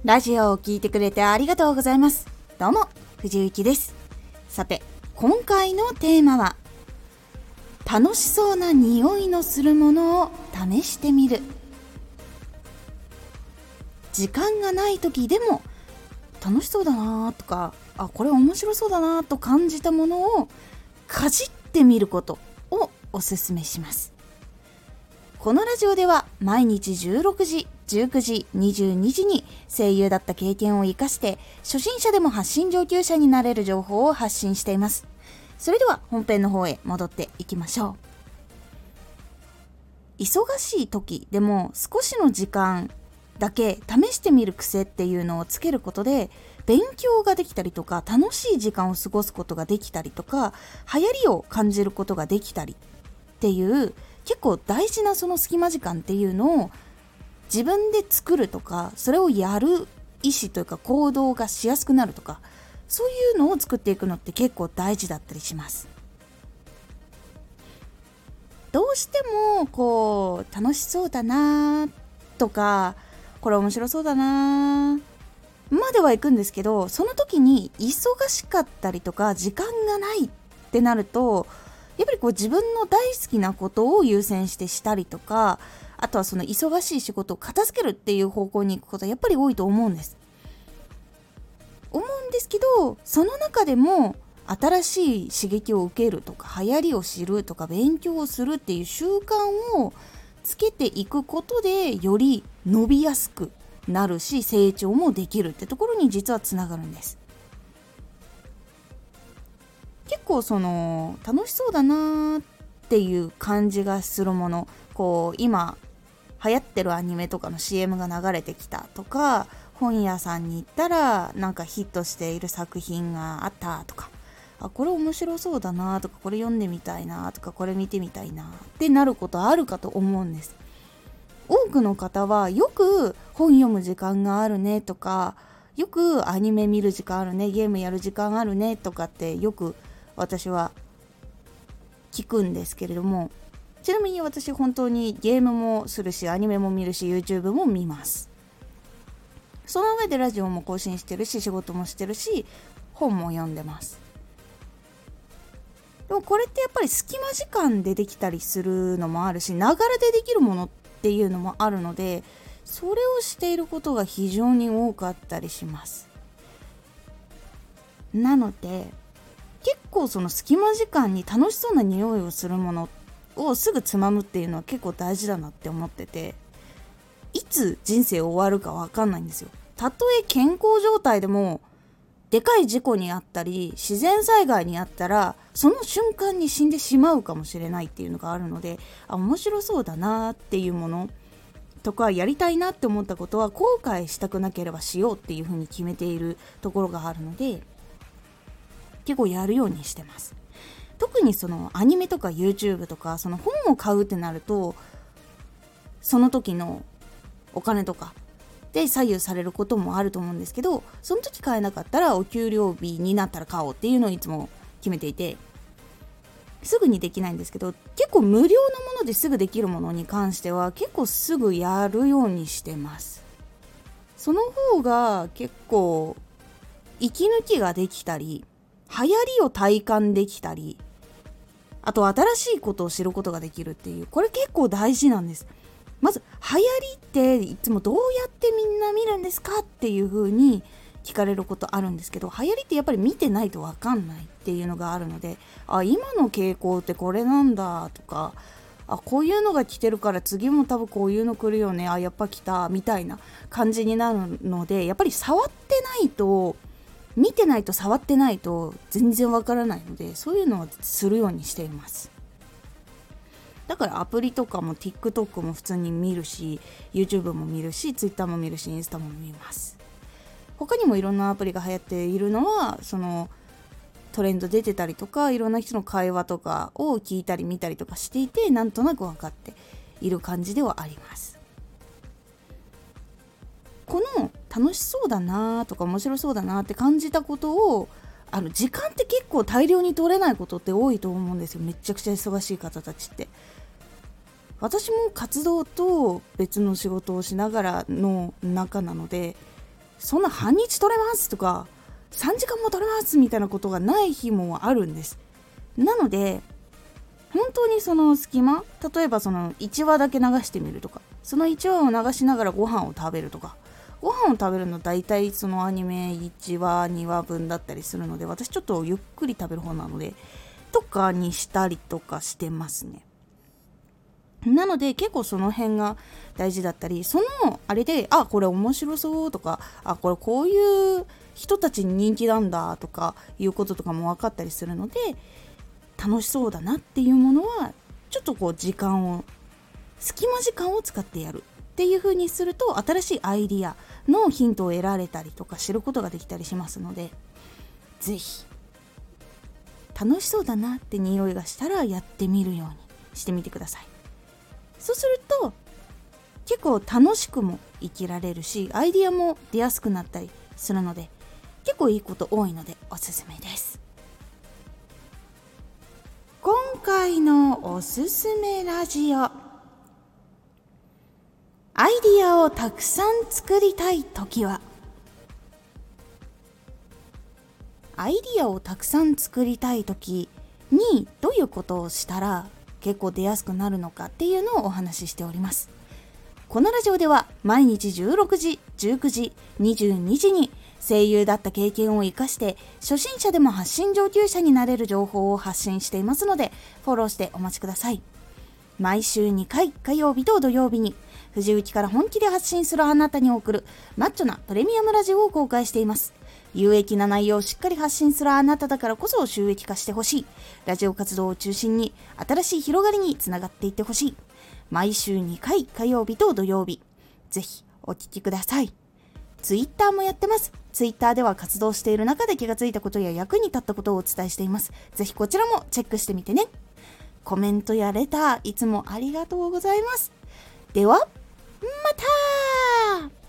ラジオを聞いてくれてありがとうございます。どうも藤幸です。さて、今回のテーマは楽しそうな匂いのするものを試してみる。時間がない時でも楽しそうだなとか、これ面白そうだなと感じたものをかじってみることをおすすめします。このラジオでは毎日16時、19時、22時に声優だった経験を生かして初心者でも発信上級者になれる情報を発信しています。それでは本編の方へ戻っていきましょう。忙しい時でも少しの時間だけ試してみる癖っていうのをつけることで勉強ができたりとか楽しい時間を過ごすことができたりとか流行りを感じることができたりっていう結構大事なその隙間時間っていうのを自分で作るとかそれをやる意思というか行動がしやすくなるとかそういうのを作っていくのって結構大事だったりします。どうしても楽しそうだなとかこれ面白そうだなまでは行くんですけど、その時に忙しかったりとか時間がないってなるとやっぱり自分の大好きなことを優先してしたりとか、あとはその忙しい仕事を片付けるっていう方向に行くことはやっぱり多いと思うんですけど、その中でも新しい刺激を受けるとか流行りを知るとか勉強をするっていう習慣をつけていくことでより伸びやすくなるし成長もできるってところに実はつながるんです。結構楽しそうだなっていう感じがするもの、今流行ってるアニメとかの CM が流れてきたとか、本屋さんに行ったらなんかヒットしている作品があったとか、これ面白そうだなとか、これ読んでみたいなとか、これ見てみたいなってなることあるかと思うんです。多くの方はよく本読む時間があるねとか、よくアニメ見る時間あるね、ゲームやる時間あるねとかってよく私は聞くんですけれども、ちなみに私本当にゲームもするしアニメも見るし YouTube も見ます。その上でラジオも更新してるし仕事もしてるし本も読んでます。でもこれってやっぱり隙間時間でできたりするのもあるし、ながらでできるものっていうのもあるので、それをしていることが非常に多かったりします。なので結構その隙間時間に楽しそうな匂いをするものをすぐつまむっていうのは結構大事だなって思ってて、いつ人生終わるか分かんないんですよ。たとえ健康状態でもでかい事故にあったり自然災害にあったらその瞬間に死んでしまうかもしれないっていうのがあるので、面白そうだなっていうものとかやりたいなって思ったことは後悔したくなければしようっていうふうに決めているところがあるので結構やるようにしてます。特にそのアニメとか YouTube とかその本を買うってなるとその時のお金とかで左右されることもあると思うんですけど、その時買えなかったらお給料日になったら買おうっていうのをいつも決めていて、すぐにできないんですけど結構無料のものですぐできるものに関しては結構すぐやるようにしてます。その方が結構息抜きができたり流行りを体感できたり、あと新しいことを知ることができるっていう、これ結構大事なんです。まず流行りっていつもどうやってみんな見るんですかっていう風に聞かれることあるんですけど、流行りってやっぱり見てないと分かんないっていうのがあるので、今の傾向ってこれなんだとか、こういうのが来てるから次も多分こういうの来るよね、やっぱ来たみたいな感じになるので、やっぱり触ってないと見てないと触ってないと全然わからないので、そういうのはするようにしています。だからアプリとかも TikTok も普通に見るし YouTube も見るし Twitter も見るしインスタも見ます。他にもいろんなアプリが流行っているのはそのトレンド出てたりとかいろんな人の会話とかを聞いたり見たりとかしていて、なんとなく分かっている感じではあります。この楽しそうだなとか面白そうだなって感じたことを時間って結構大量に取れないことって多いと思うんですよ。めちゃくちゃ忙しい方たちって。私も活動と別の仕事をしながらの中なので、 そんな半日撮れますとか3時間も撮れますみたいなことがない日もあるんです。なので本当にその隙間、例えばその1話だけ流してみるとか、その1話を流しながらご飯を食べるとか、ご飯を食べるの大体そのアニメ1話2話分だったりするので、私ちょっとゆっくり食べる方なのでとかにしたりとかしてますね。なので結構その辺が大事だったり、そのあれでこれ面白そうとか、これこういう人たちに人気なんだとかいうこととかも分かったりするので、楽しそうだなっていうものはちょっとこう隙間時間を使ってやるっていう風にすると、新しいアイディアのヒントを得られたりとか知ることができたりしますので、ぜひ楽しそうだなって匂いがしたらやってみるようにしてみてください。そうすると結構楽しくも生きられるし、アイディアも出やすくなったりするので、結構いいこと多いのでおすすめです。今回のおすすめラジオ、アイディアをたくさん作りたいときは、アイディアをたくさん作りたいときにどういうことをしたら結構出やすくなるのかっていうのをお話ししております。このラジオでは毎日16時、19時、22時に声優だった経験を生かして初心者でも発信上級者になれる情報を発信していますので、フォローしてお待ちください。毎週2回、火曜日と土曜日に藤雪から本気で発信するあなたに送るマッチョなプレミアムラジオを公開しています。有益な内容をしっかり発信するあなただからこそ収益化してほしい。ラジオ活動を中心に新しい広がりにつながっていってほしい。毎週2回、火曜日と土曜日、ぜひお聞きください。ツイッターもやってます。ツイッターでは活動している中で気がついたことや役に立ったことをお伝えしています。ぜひこちらもチェックしてみてね。コメントやレターいつもありがとうございます。ではまた。